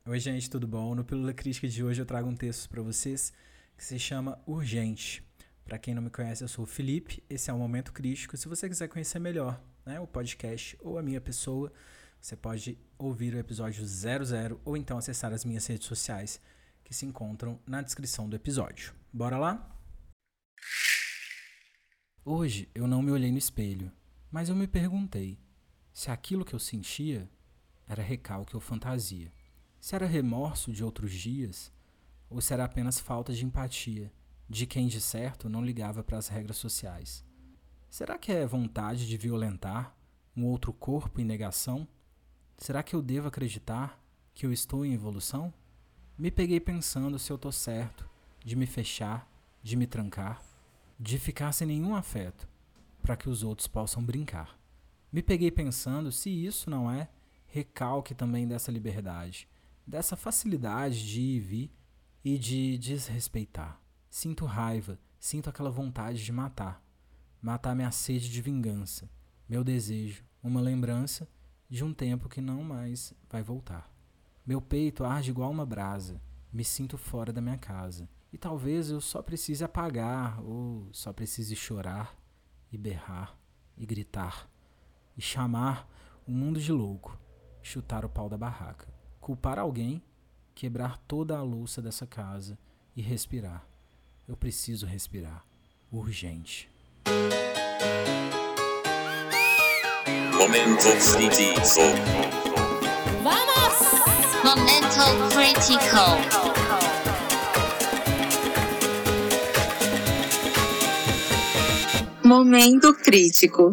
Oi, gente, tudo bom? No Pílula Crítica de hoje eu trago um texto para vocês que se chama Urgente. Para quem não me conhece, eu sou o Felipe, esse é o Momento Crítico. Se você quiser conhecer melhor, o podcast ou a minha pessoa, você pode ouvir o episódio 00 ou então acessar as minhas redes sociais que se encontram na descrição do episódio. Bora lá? Hoje eu não me olhei no espelho, mas eu me perguntei se aquilo que eu sentia era recalque ou fantasia. Se era remorso de outros dias, ou se era apenas falta de empatia, de quem de certo não ligava para as regras sociais. Será que é vontade de violentar um outro corpo em negação? Será que eu devo acreditar que eu estou em evolução? Me peguei pensando se eu tô certo de me fechar, de me trancar, de ficar sem nenhum afeto, para que os outros possam brincar. Me peguei pensando se isso não é recalque também dessa liberdade, dessa facilidade de ir e vir e de desrespeitar. Sinto raiva, sinto aquela vontade de matar minha sede de vingança, meu desejo, uma lembrança de um tempo que não mais vai voltar. Meu peito arde igual uma brasa, me sinto fora da minha casa. E talvez eu só precise apagar, ou só precise chorar, e berrar, e gritar, e chamar o mundo de louco, chutar o pau da barraca, culpar alguém, quebrar toda a louça dessa casa e respirar. Eu preciso respirar. Urgente. Momento crítico. Vamos! Momento Critical. Momento crítico.